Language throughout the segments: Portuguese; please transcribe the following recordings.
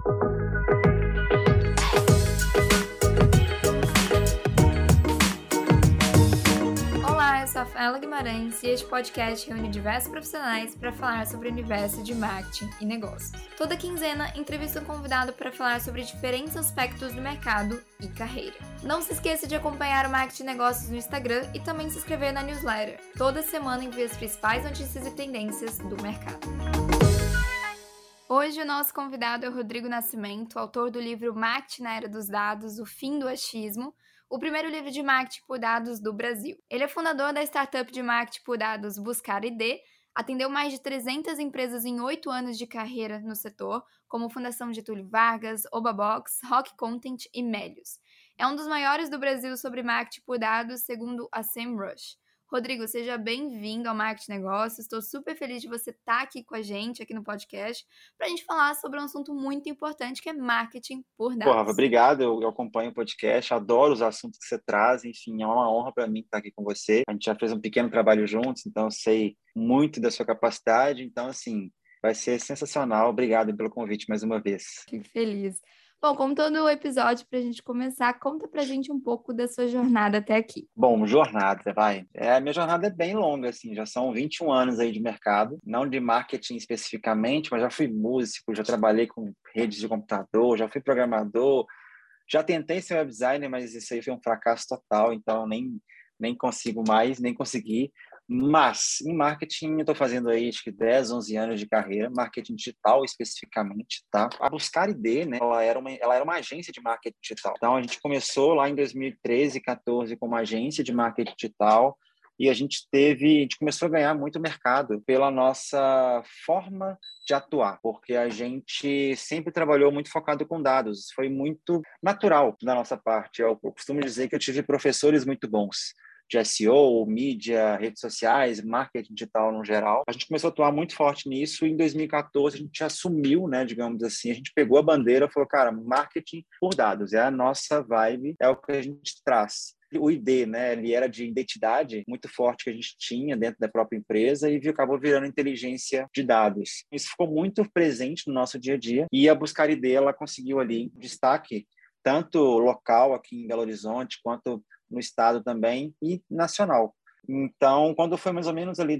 Olá, eu sou a Rafaela Guimarães e este podcast reúne diversos profissionais para falar sobre o universo de marketing e negócios. Toda quinzena, entrevisto um convidado para falar sobre diferentes aspectos do mercado e carreira. Não se esqueça de acompanhar o Marketing Negócios no Instagram e também se inscrever na newsletter. Toda semana envio as principais notícias e tendências do mercado. Hoje o nosso convidado é o Rodrigo Nascimento, autor do livro Marketing na Era dos Dados, O Fim do Achismo, o primeiro livro de marketing por dados do Brasil. Ele é fundador da startup de marketing por dados Buscar ID, atendeu mais de 300 empresas em 8 anos de carreira no setor, como Fundação Getúlio Vargas, Obabox, Rock Content e Melius. É um dos maiores do Brasil sobre marketing por dados, segundo a SEMrush. Rodrigo, seja bem-vindo ao Marketing Negócios. Estou super feliz de você estar aqui com a gente, aqui no podcast, para a gente falar sobre um assunto muito importante, que é marketing por Pô, dados. Rafa, obrigado. Eu acompanho o podcast, adoro os assuntos que você traz. Enfim, é uma honra para mim estar aqui com você. A gente já fez um pequeno trabalho juntos, então eu sei muito da sua capacidade. Então, assim, vai ser sensacional. Obrigado pelo convite mais uma vez. Fico feliz. Bom, como todo o episódio, para a gente começar, conta para a gente um pouco da sua jornada até aqui. Bom, jornada, vai. A minha jornada é bem longa, assim, já são 21 anos aí de mercado, não de marketing especificamente, mas já fui músico, já trabalhei com redes de computador, já fui programador, já tentei ser web designer, mas isso aí foi um fracasso total, então nem consigo mais, nem consegui. Mas em marketing eu estou fazendo aí acho que 10, 11 anos de carreira, marketing digital especificamente, tá? A Buscar ID, né? Ela era uma agência de marketing digital. Então a gente começou lá em 2013, 14 com uma agência de marketing digital e a gente começou a ganhar muito mercado pela nossa forma de atuar, porque a gente sempre trabalhou muito focado com dados. Foi muito natural da nossa parte. Eu costumo dizer que eu tive professores muito bons de SEO, mídia, redes sociais, marketing digital no geral. A gente começou a atuar muito forte nisso e em 2014 a gente assumiu, né, digamos assim, a gente pegou a bandeira e falou, cara, marketing por dados, é a nossa vibe, é o que a gente traz. O ID, né, ele era de identidade muito forte que a gente tinha dentro da própria empresa e acabou virando inteligência de dados. Isso ficou muito presente no nosso dia a dia e a Buscar ID, ela conseguiu ali destaque tanto local aqui em Belo Horizonte, quanto no estado também e nacional. Então, quando foi mais ou menos ali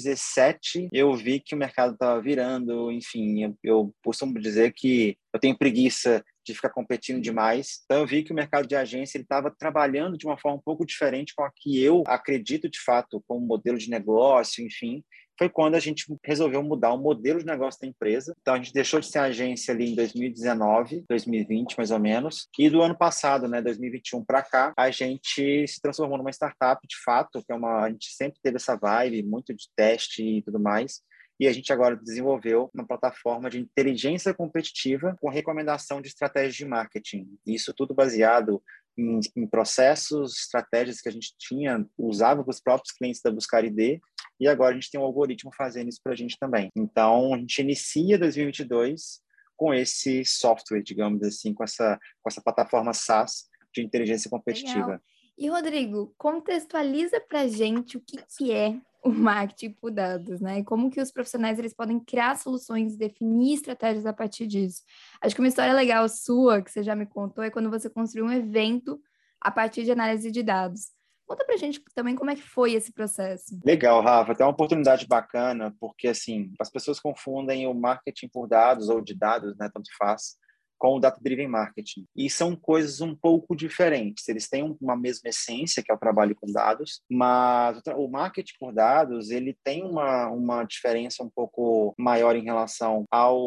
2017, eu vi que o mercado estava virando, enfim, eu costumo dizer que eu tenho preguiça de ficar competindo demais. Então, eu vi que o mercado de agência estava trabalhando de uma forma um pouco diferente com a que eu acredito, de fato, como modelo de negócio, enfim. Foi quando a gente resolveu mudar o modelo de negócio da empresa. Então, a gente deixou de ser agência ali em 2019, 2020, mais ou menos. E do ano passado, né, 2021 para cá, a gente se transformou numa startup, de fato, a gente sempre teve essa vibe, muito de teste e tudo mais. E a gente agora desenvolveu uma plataforma de inteligência competitiva com recomendação de estratégias de marketing. Isso tudo baseado em processos, estratégias que a gente usava com os próprios clientes da Buscar ID, e agora a gente tem um algoritmo fazendo isso para a gente também. Então, a gente inicia 2022 com esse software, digamos assim, com essa plataforma SaaS de inteligência competitiva. Legal. E, Rodrigo, contextualiza para a gente o que é o marketing por dados, né? E como que os profissionais eles podem criar soluções e definir estratégias a partir disso. Acho que uma história legal sua, que você já me contou, é quando você construiu um evento a partir de análise de dados. Conta pra gente também como é que foi esse processo. Legal, Rafa. Tem uma oportunidade bacana, porque assim, as pessoas confundem o marketing por dados ou de dados, né, tanto faz, com o data-driven marketing. E são coisas um pouco diferentes. Eles têm uma mesma essência, que é o trabalho com dados, mas o marketing por dados, ele tem uma diferença um pouco maior em relação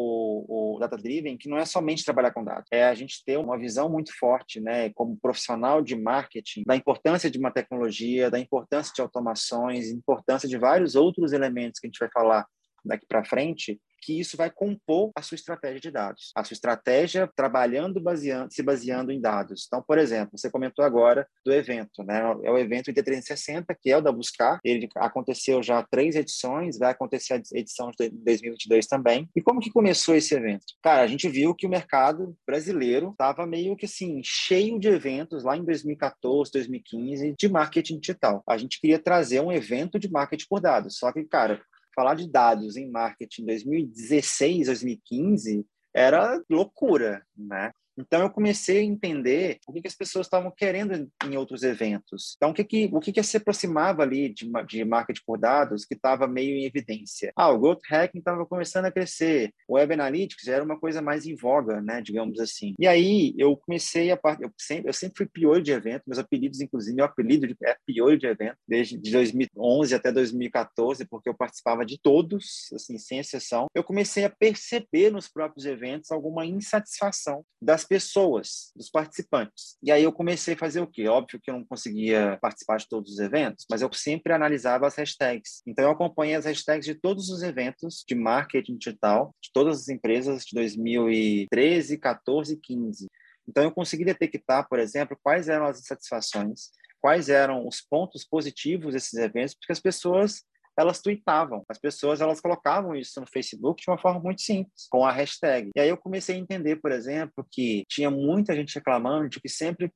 ao data-driven, que não é somente trabalhar com dados. É a gente ter uma visão muito forte, né, como profissional de marketing, da importância de uma tecnologia, da importância de automações, importância de vários outros elementos que a gente vai falar daqui para frente, que isso vai compor a sua estratégia de dados. A sua estratégia se baseando em dados. Então, por exemplo, você comentou agora do evento, né? É o evento ID 360, que é o da Buscar. Ele aconteceu já 3 edições, vai acontecer a edição de 2022 também. E como que começou esse evento? Cara, a gente viu que o mercado brasileiro estava meio que assim, cheio de eventos lá em 2014, 2015, de marketing digital. A gente queria trazer um evento de marketing por dados. Só que, cara, falar de dados em marketing em 2016, 2015 era loucura, né? Então, eu comecei a entender o que as pessoas estavam querendo em outros eventos. Então, o que se aproximava ali de marketing por dados que estava meio em evidência? O Growth Hacking estava começando a crescer. O Web Analytics era uma coisa mais em voga, né, digamos assim. E aí, eu comecei eu sempre fui piolho de evento. Meus apelidos, inclusive, meu apelido é piolho de evento, desde 2011 até 2014, porque eu participava de todos, assim, sem exceção. Eu comecei a perceber nos próprios eventos alguma insatisfação das pessoas, dos participantes. E aí eu comecei a fazer o quê? Óbvio que eu não conseguia participar de todos os eventos, mas eu sempre analisava as hashtags. Então eu acompanhei as hashtags de todos os eventos de marketing digital, de todas as empresas de 2013, 14 e 15. Então eu consegui detectar, por exemplo, quais eram as insatisfações, quais eram os pontos positivos desses eventos, porque as pessoas elas tweetavam. As pessoas, elas colocavam isso no Facebook de uma forma muito simples, com a hashtag. E aí eu comecei a entender, por exemplo, que tinha muita gente reclamando de que sempre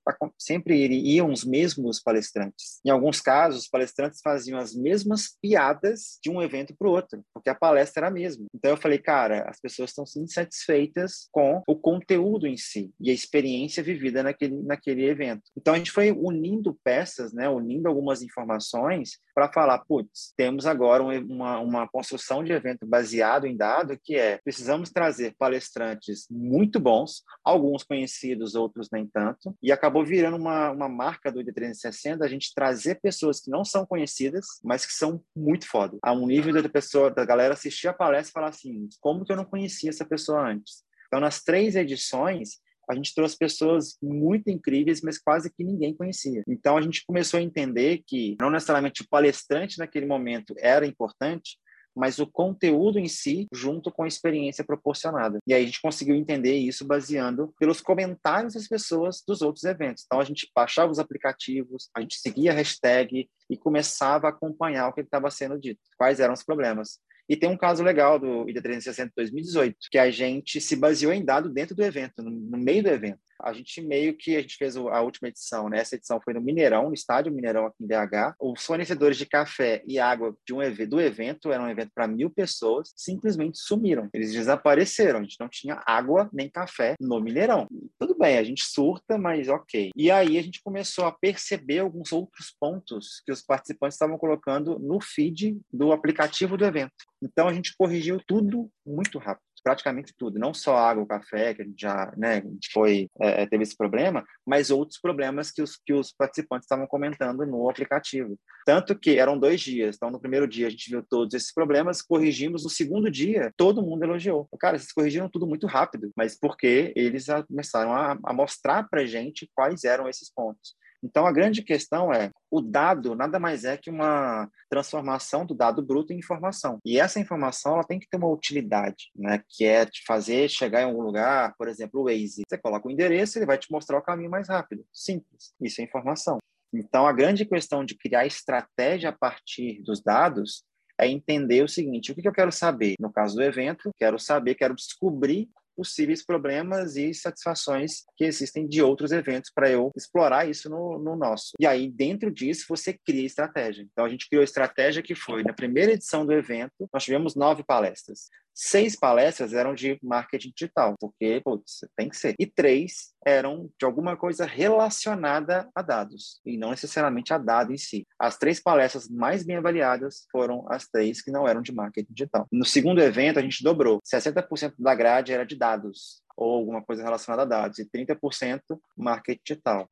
iam os mesmos palestrantes. Em alguns casos, os palestrantes faziam as mesmas piadas de um evento para o outro, porque a palestra era a mesma. Então eu falei, cara, as pessoas estão insatisfeitas com o conteúdo em si e a experiência vivida naquele evento. Então a gente foi unindo peças, né, unindo algumas informações para falar, putz, temos agora uma construção de evento baseado em dado, que precisamos trazer palestrantes muito bons, alguns conhecidos, outros nem tanto, e acabou virando uma marca do ID360, a gente trazer pessoas que não são conhecidas, mas que são muito foda. A um nível da galera assistir a palestra e falar assim, como que eu não conhecia essa pessoa antes? Então, nas 3 edições, a gente trouxe pessoas muito incríveis, mas quase que ninguém conhecia. Então, a gente começou a entender que não necessariamente o palestrante naquele momento era importante, mas o conteúdo em si, junto com a experiência proporcionada. E aí a gente conseguiu entender isso baseando pelos comentários das pessoas dos outros eventos. Então, a gente baixava os aplicativos, a gente seguia a hashtag e começava a acompanhar o que estava sendo dito, quais eram os problemas. E tem um caso legal do ID360 2018, que a gente se baseou em dado dentro do evento, no meio do evento. A gente fez a última edição, né? Essa edição foi no Mineirão, no estádio Mineirão aqui em BH. Os fornecedores de café e água do evento, era um evento para 1.000 pessoas, simplesmente sumiram. Eles desapareceram. A gente não tinha água nem café no Mineirão. Tudo bem, a gente surta, mas ok. E aí a gente começou a perceber alguns outros pontos que os participantes estavam colocando no feed do aplicativo do evento. Então a gente corrigiu tudo muito rápido. Praticamente tudo, não só água ou café, que a gente já, né, a gente teve esse problema, mas outros problemas que os participantes estavam comentando no aplicativo. Tanto que eram 2 dias, então no primeiro dia a gente viu todos esses problemas, corrigimos, no segundo dia todo mundo elogiou. Cara, vocês corrigiram tudo muito rápido, mas porque eles começaram a mostrar pra gente quais eram esses pontos. Então, a grande questão o dado nada mais é que uma transformação do dado bruto em informação. E essa informação ela tem que ter uma utilidade, né? Que é te fazer chegar em algum lugar, por exemplo, o Waze. Você coloca o endereço, ele vai te mostrar o caminho mais rápido. Simples. Isso é informação. Então, a grande questão de criar estratégia a partir dos dados é entender o seguinte, o que eu quero saber? No caso do evento, quero descobrir possíveis problemas e satisfações que existem de outros eventos para eu explorar isso no nosso. E aí, dentro disso, você cria estratégia. Então, a gente criou a estratégia que foi, na primeira edição do evento, nós tivemos 9 palestras. 6 palestras eram de marketing digital, porque, putz, tem que ser. E 3 eram de alguma coisa relacionada a dados, e não necessariamente a dado em si. As 3 palestras mais bem avaliadas foram as 3 que não eram de marketing digital. No segundo evento, a gente dobrou. 60% da grade era de dados, ou alguma coisa relacionada a dados, e 30% marketing digital.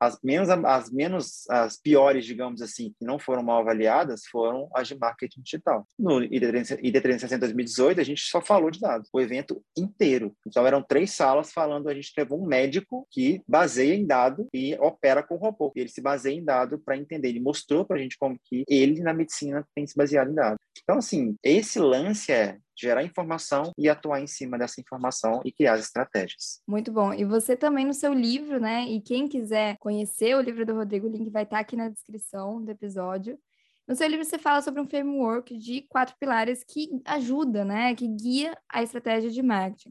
As piores, digamos assim, que não foram mal avaliadas, foram as de marketing digital. No ID360 2018, a gente só falou de dados, o evento inteiro. Então, eram 3 salas falando, a gente levou um médico que baseia em dado e opera com robô. Ele se baseia em dado para entender, ele mostrou para a gente como que ele, na medicina, tem se baseado em dado. Então, assim, esse lance gerar informação e atuar em cima dessa informação e criar as estratégias. Muito bom. E você também no seu livro, né? E quem quiser conhecer o livro do Rodrigo, o link vai estar aqui na descrição do episódio. No seu livro você fala sobre um framework de 4 pilares que ajuda, né? Que guia a estratégia de marketing.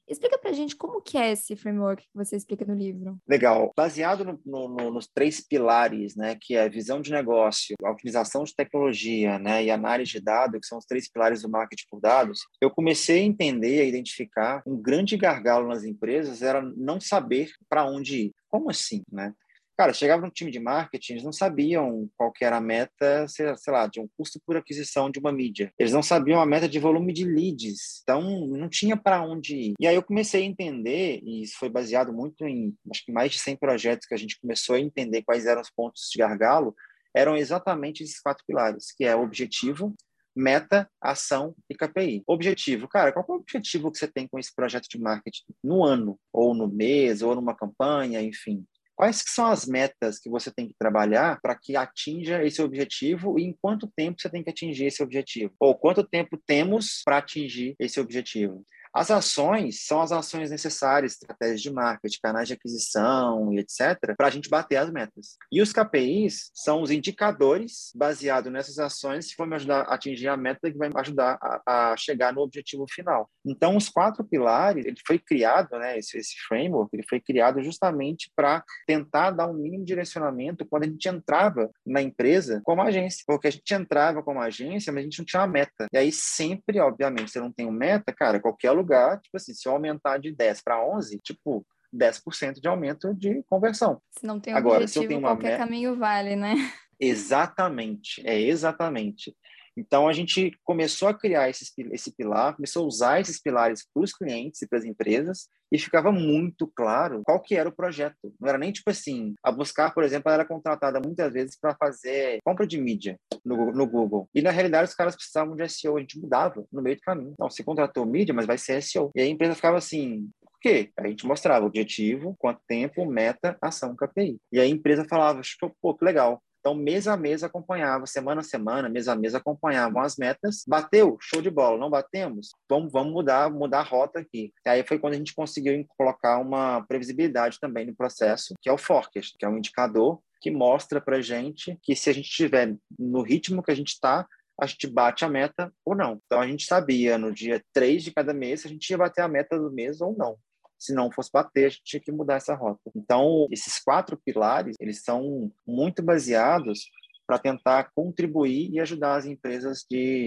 Explica pra gente como que é esse framework que você explica no livro. Legal. Baseado nos três pilares, né, que é visão de negócio, a utilização de tecnologia, né, e análise de dados, que são os três pilares do marketing por dados, eu comecei a entender, a identificar um grande gargalo nas empresas era não saber para onde ir. Como assim, né? Cara, chegava no time de marketing, eles não sabiam qual que era a meta, sei lá, de um custo por aquisição de uma mídia. Eles não sabiam a meta de volume de leads. Então, não tinha para onde ir. E aí eu comecei a entender, e isso foi baseado muito em, acho que mais de 100 projetos que a gente começou a entender quais eram os pontos de gargalo, eram exatamente esses quatro pilares, que é o objetivo, meta, ação e KPI. Objetivo, cara, qual é o objetivo que você tem com esse projeto de marketing no ano, ou no mês, ou numa campanha, enfim? Quais que são as metas que você tem que trabalhar para que atinja esse objetivo e em quanto tempo você tem que atingir esse objetivo? Ou quanto tempo temos para atingir esse objetivo? As ações são as ações necessárias, estratégias de marketing, canais de aquisição e etc., para a gente bater as metas. E os KPIs são os indicadores baseados nessas ações que vão me ajudar a atingir a meta que vai me ajudar a chegar no objetivo final. Então, os quatro pilares, ele foi criado, né, esse framework, ele foi criado justamente para tentar dar um mínimo direcionamento quando a gente entrava na empresa como agência. Porque a gente entrava como agência, mas a gente não tinha uma meta. E aí sempre, obviamente, você não tem uma meta, cara, qualquer lugar, tipo assim, se eu aumentar de 10 para 11, tipo, 10% de aumento de conversão. Se não tem Agora, se eu tenho objetivo, uma qualquer meta... caminho vale, né? Exatamente, exatamente. Então, a gente começou a criar esse pilar, começou a usar esses pilares para os clientes e para as empresas, e ficava muito claro qual que era o projeto. Não era nem tipo assim, a Buscar, por exemplo, ela era contratada muitas vezes para fazer compra de mídia no Google. E, na realidade, os caras precisavam de SEO, a gente mudava no meio do caminho. Não, você contratou mídia, mas vai ser SEO. E aí a empresa ficava assim... Por quê? A gente mostrava objetivo, quanto tempo, meta, ação, KPI. E aí a empresa falava, pô, que legal. Então, mês a mês acompanhava, semana a semana, mês a mês acompanhavam as metas. Bateu? Show de bola. Não batemos? Vamos mudar a rota aqui. E aí foi quando a gente conseguiu colocar uma previsibilidade também no processo, que é o forecast, que é um indicador que mostra para a gente que se a gente estiver no ritmo que a gente está, a gente bate a meta ou não. Então, a gente sabia no dia 3 de cada mês se a gente ia bater a meta do mês ou não. Se não fosse bater, a gente tinha que mudar essa rota. Então, esses quatro pilares, eles são muito baseados para tentar contribuir e ajudar as empresas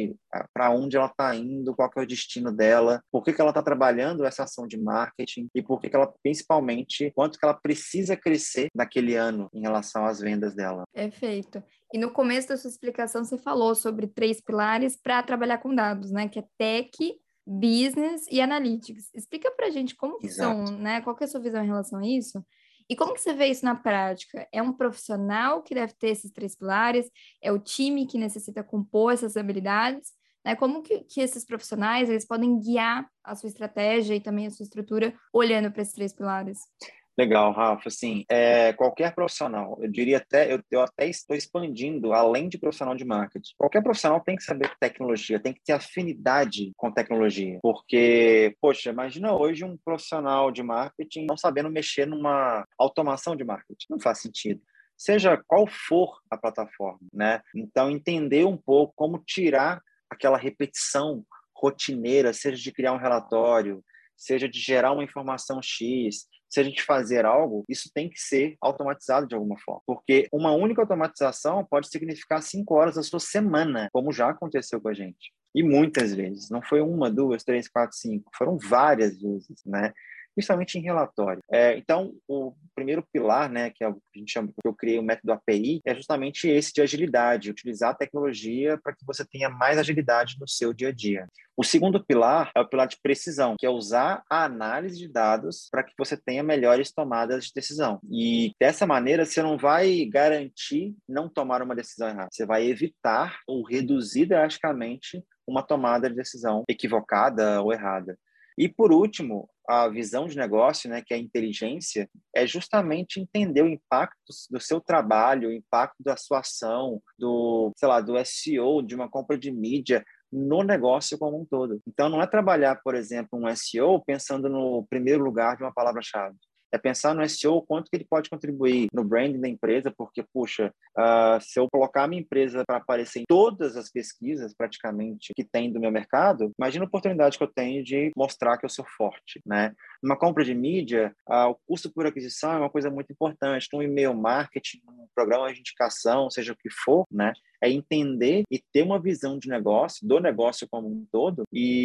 para onde ela está indo, qual que é o destino dela, por que ela está trabalhando essa ação de marketing e por que ela, principalmente, quanto que ela precisa crescer naquele ano em relação às vendas dela. Perfeito. E no começo da sua explicação, você falou sobre 3 pilares para trabalhar com dados, né? Que é tech, business e analytics. Explica pra gente como que são, Exato. né? Qual que é a sua visão em relação a isso? E como que você vê isso na prática? É um profissional que deve ter esses 3 pilares? É o time que necessita compor essas habilidades? Né? Como que esses profissionais eles podem guiar a sua estratégia e também a sua estrutura olhando para esses 3 pilares? Legal, Rafa. Assim, qualquer profissional, eu diria até, eu até estou expandindo, além de profissional de marketing. Qualquer profissional tem que saber tecnologia, tem que ter afinidade com tecnologia. Porque, poxa, imagina hoje um profissional de marketing não sabendo mexer numa automação de marketing. Não faz sentido. Seja qual for a plataforma, né? Então, entender um pouco como tirar aquela repetição rotineira, seja de criar um relatório, seja de gerar uma informação X, se a gente fazer algo, isso tem que ser automatizado de alguma forma. Porque uma única automatização pode significar 5 horas da sua semana, como já aconteceu com a gente. E muitas vezes. Não foi uma, duas, três, quatro, cinco. Foram várias vezes, né? Principalmente em relatório. Então, o primeiro pilar, né, que é o que a gente chama, que eu criei o método API, é justamente esse de agilidade, utilizar a tecnologia para que você tenha mais agilidade no seu dia a dia. O segundo pilar é o pilar de precisão, que é usar a análise de dados para que você tenha melhores tomadas de decisão. E dessa maneira, você não vai garantir não tomar uma decisão errada. Você vai evitar ou reduzir drasticamente uma tomada de decisão equivocada ou errada. E, por último, a visão de negócio, né, que é a inteligência, é justamente entender o impacto do seu trabalho, o impacto da sua ação, do SEO, de uma compra de mídia, no negócio como um todo. Então, não é trabalhar, por exemplo, um SEO pensando no primeiro lugar de uma palavra-chave. É pensar no SEO, o quanto que ele pode contribuir no branding da empresa, porque, puxa, se eu colocar a minha empresa para aparecer em todas as pesquisas, praticamente, que tem do meu mercado, imagina a oportunidade que eu tenho de mostrar que eu sou forte, né? Numa compra de mídia, o custo por aquisição é uma coisa muito importante. No e-mail marketing, num programa de indicação, seja o que for, né? É entender e ter uma visão de negócio, do negócio como um todo,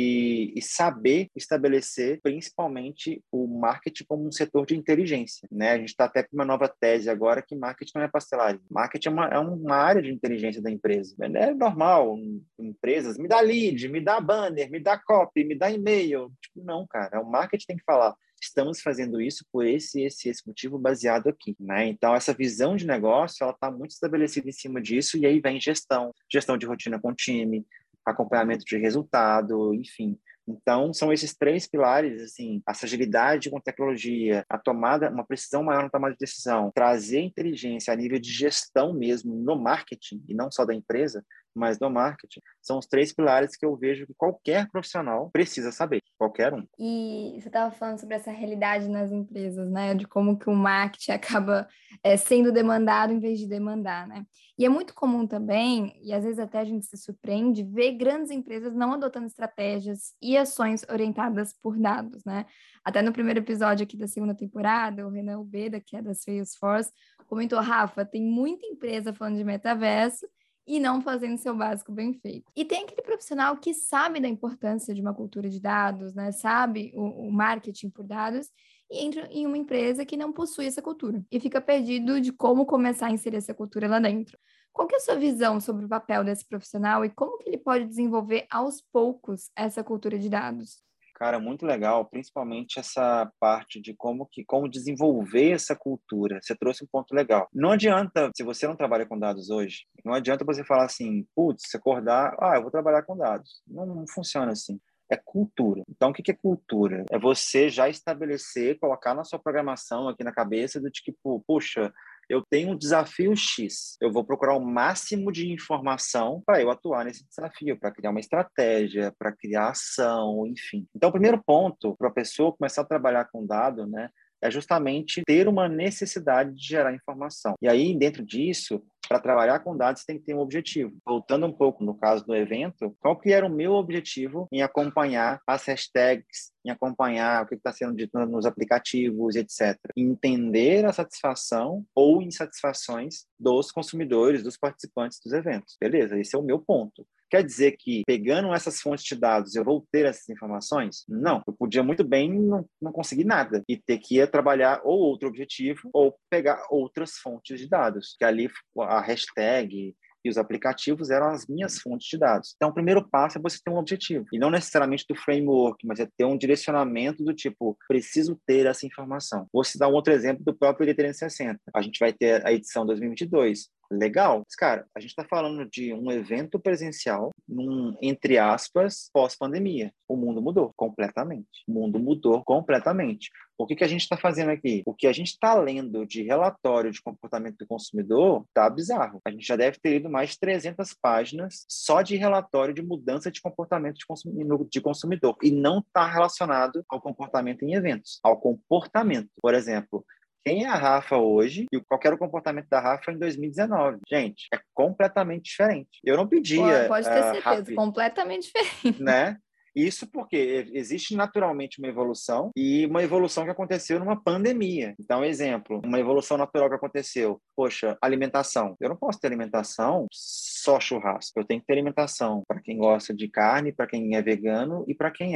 e saber estabelecer principalmente o marketing como um setor de inteligência, né? A gente está até com uma nova tese agora que marketing não é pastelaria. Marketing é uma área de inteligência da empresa. É normal, empresas, me dá lead, me dá banner, me dá copy, me dá e-mail. Tipo, não, cara, o marketing tem que falar, estamos fazendo isso por esse motivo baseado aqui, né? Então, essa visão de negócio, ela está muito estabelecida em cima disso, e aí vem gestão de rotina com o time, acompanhamento de resultado, enfim. Então, são esses 3 pilares, assim, essa agilidade com tecnologia, uma precisão maior na tomada de decisão, trazer inteligência a nível de gestão mesmo no marketing, e não só da empresa, mas no marketing, são os 3 pilares que eu vejo que qualquer profissional precisa saber, qualquer um. E você estava falando sobre essa realidade nas empresas, né? De como que o marketing acaba sendo demandado em vez de demandar, né? E é muito comum também, e às vezes até a gente se surpreende, ver grandes empresas não adotando estratégias e ações orientadas por dados, né? Até no primeiro episódio aqui da segunda temporada, o Renan Ubeda, que é da Salesforce, comentou, Rafa, tem muita empresa falando de metaverso e não fazendo seu básico bem feito. E tem aquele profissional que sabe da importância de uma cultura de dados, né? Sabe o marketing por dados, e entra em uma empresa que não possui essa cultura e fica perdido de como começar a inserir essa cultura lá dentro. Qual que é a sua visão sobre o papel desse profissional e como que ele pode desenvolver aos poucos essa cultura de dados? Cara, muito legal, principalmente essa parte de como desenvolver essa cultura. Você trouxe um ponto legal. Não adianta, se você não trabalha com dados hoje, não adianta você falar assim, putz, se acordar, eu vou trabalhar com dados. Não funciona assim. É cultura. Então, o que é cultura? É você já estabelecer, colocar na sua programação aqui na cabeça do tipo, puxa, eu tenho um desafio X. Eu vou procurar o máximo de informação para eu atuar nesse desafio, para criar uma estratégia, para criar ação, enfim. Então, o primeiro ponto para a pessoa começar a trabalhar com dado, né, é justamente ter uma necessidade de gerar informação. E aí, dentro disso, para trabalhar com dados, tem que ter um objetivo. Voltando um pouco no caso do evento, qual que era o meu objetivo em acompanhar as hashtags, em acompanhar o que está sendo dito nos aplicativos, etc. Entender a satisfação ou insatisfações dos consumidores, dos participantes dos eventos. Beleza, esse é o meu ponto. Quer dizer que, pegando essas fontes de dados, eu vou ter essas informações? Não. Eu podia muito bem não conseguir nada e ter que ir trabalhar ou outro objetivo ou pegar outras fontes de dados, que ali a hashtag e os aplicativos eram as minhas fontes de dados. Então, o primeiro passo é você ter um objetivo, e não necessariamente do framework, mas é ter um direcionamento do tipo, preciso ter essa informação. Vou citar um outro exemplo do próprio ED360. A gente vai ter a edição 2022. Legal. Mas, cara, a gente está falando de um evento presencial entre aspas, pós-pandemia. O mundo mudou completamente. O mundo mudou completamente. O que a gente está fazendo aqui? O que a gente está lendo de relatório de comportamento do consumidor está bizarro. A gente já deve ter lido mais de 300 páginas só de relatório de mudança de comportamento de consumidor. E não está relacionado ao comportamento em eventos, ao comportamento. Por exemplo, quem é a Rafa hoje e qual era o comportamento da Rafa em 2019? Gente, é completamente diferente. Eu não pedia, Pode ter certeza, Rafa, completamente diferente. né? Isso porque existe naturalmente uma evolução e uma evolução que aconteceu numa pandemia. Então, exemplo, uma evolução natural que aconteceu. Poxa, alimentação. Eu não posso ter alimentação só churrasco. Eu tenho que ter alimentação para quem gosta de carne, para quem é vegano e para quem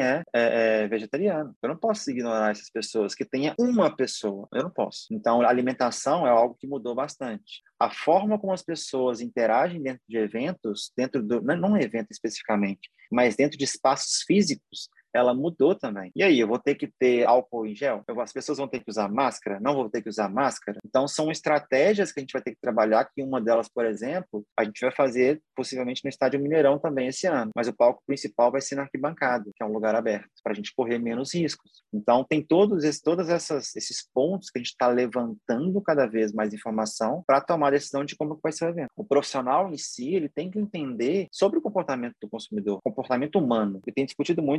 é vegetariano. Eu não posso ignorar essas pessoas, que tenha uma pessoa. Eu não posso. Então, a alimentação é algo que mudou bastante. A forma como as pessoas interagem dentro de eventos, não um evento especificamente, mas dentro de espaços físicos, ela mudou também. E aí, eu vou ter que ter álcool em gel? As pessoas vão ter que usar máscara? Não vou ter que usar máscara? Então, são estratégias que a gente vai ter que trabalhar, que uma delas, por exemplo, a gente vai fazer possivelmente no Estádio Mineirão também esse ano, mas o palco principal vai ser na arquibancada, que é um lugar aberto, para a gente correr menos riscos. Então, tem todos esses pontos que a gente está levantando cada vez mais informação para tomar a decisão de como vai ser o evento. O profissional em si, ele tem que entender sobre o comportamento do consumidor, comportamento humano. Eu tenho discutido muito com alguns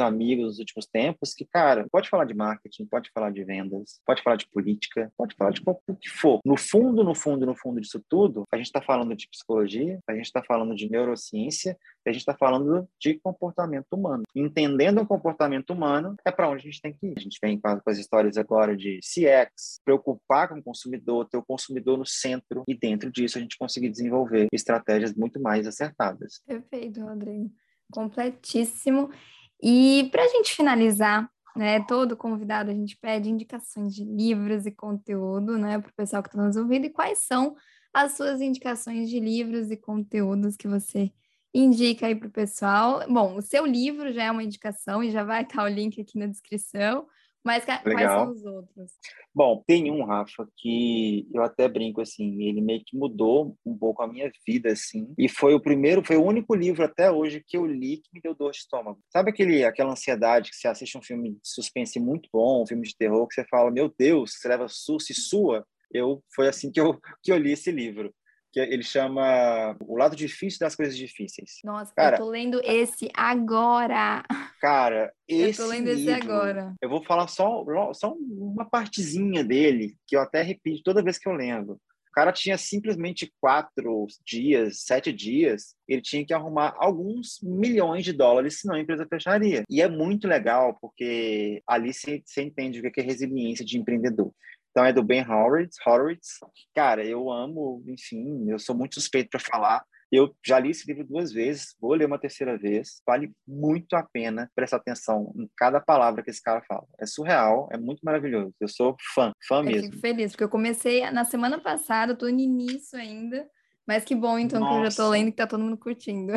amigos nos últimos tempos que, cara, pode falar de marketing, pode falar de vendas, pode falar de política, pode falar de o que for. No fundo disso tudo, a gente está falando de psicologia, a gente está falando de neurociência, a gente está falando de comportamento humano. Entendendo o comportamento humano é para onde a gente tem que ir. A gente vem com as histórias agora de CX, preocupar com o consumidor, ter o consumidor no centro, e dentro disso a gente conseguir desenvolver estratégias muito mais acertadas. Perfeito, Rodrigo. Completíssimo. E para a gente finalizar, né, todo convidado a gente pede indicações de livros e conteúdo, né, para o pessoal que está nos ouvindo. E quais são as suas indicações de livros e conteúdos que você indica aí para o pessoal? Bom, o seu livro já é uma indicação e já vai estar o link aqui na descrição, mas quais são Legal. os outros? Bom, tem um, Rafa, que eu até brinco, assim, ele meio que mudou um pouco a minha vida, assim, e foi o único livro até hoje que eu li que me deu dor de estômago. Sabe aquela ansiedade que você assiste um filme de suspense muito bom, um filme de terror, que você fala, meu Deus, você leva susto e sua? Foi assim que eu li esse livro, que ele chama O Lado Difícil das Coisas Difíceis. Nossa, eu Cara, tô lendo esse agora. Cara, Eu tô esse lendo esse livro, agora. eu vou falar só uma partezinha dele, que eu até repito toda vez que eu lembro. O cara tinha simplesmente 4 dias, 7 dias, ele tinha que arrumar alguns milhões de dólares, senão a empresa fecharia. E é muito legal, porque ali você entende o que é resiliência de empreendedor. Então, é do Ben Horowitz. Cara, eu amo, enfim, eu sou muito suspeito para falar. Eu já li esse livro 2 vezes, vou ler uma terceira vez. Vale muito a pena prestar atenção em cada palavra que esse cara fala. É surreal, é muito maravilhoso. Eu sou fã Eu fico mesmo. feliz, porque eu comecei na semana passada, eu tô no início ainda, mas que bom então que eu já tô lendo Nossa, e que tá todo mundo curtindo.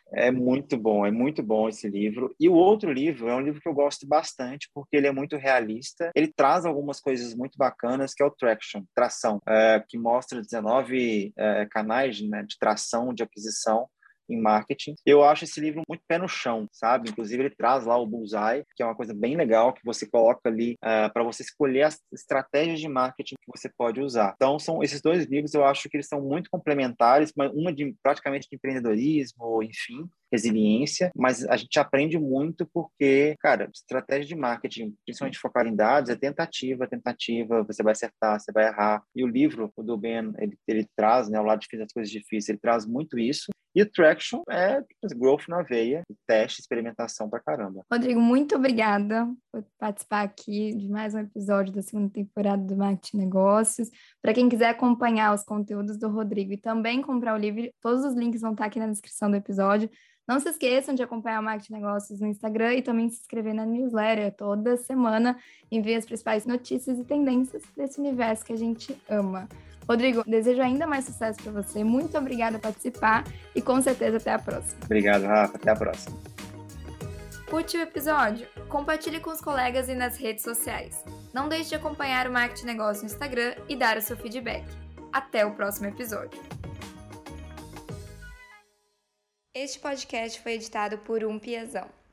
é muito bom esse livro. E o outro livro é um livro que eu gosto bastante, porque ele é muito realista. Ele traz algumas coisas muito bacanas, que é o Tração, que mostra 19 canais, né, de tração, de aquisição em marketing. Eu acho esse livro muito pé no chão, sabe? Inclusive, ele traz lá o Bullseye, que é uma coisa bem legal, que você coloca ali para você escolher as estratégias de marketing que você pode usar. Então, são esses 2 livros, eu acho que eles são muito complementares, mas praticamente de empreendedorismo, enfim, resiliência, mas a gente aprende muito porque, cara, estratégia de marketing, principalmente focada em dados, é tentativa, você vai acertar, você vai errar. E o livro, o do Ben, ele traz, né, o lado difícil das coisas difíceis, ele traz muito isso. E o Traction é growth na veia, teste, experimentação pra caramba. Rodrigo, muito obrigada por participar aqui de mais um episódio da segunda temporada do Marketing Negócios. Para quem quiser acompanhar os conteúdos do Rodrigo e também comprar o livro, todos os links vão estar aqui na descrição do episódio. Não se esqueçam de acompanhar o Marketing Negócios no Instagram e também se inscrever na newsletter. Toda semana envio as principais notícias e tendências desse universo que a gente ama. Rodrigo, desejo ainda mais sucesso para você. Muito obrigada por participar e com certeza até a próxima. Obrigado, Rafa. Até a próxima. Curte o episódio? Compartilhe com os colegas e nas redes sociais. Não deixe de acompanhar o Marketing Negócio no Instagram e dar o seu feedback. Até o próximo episódio. Este podcast foi editado por Piazão.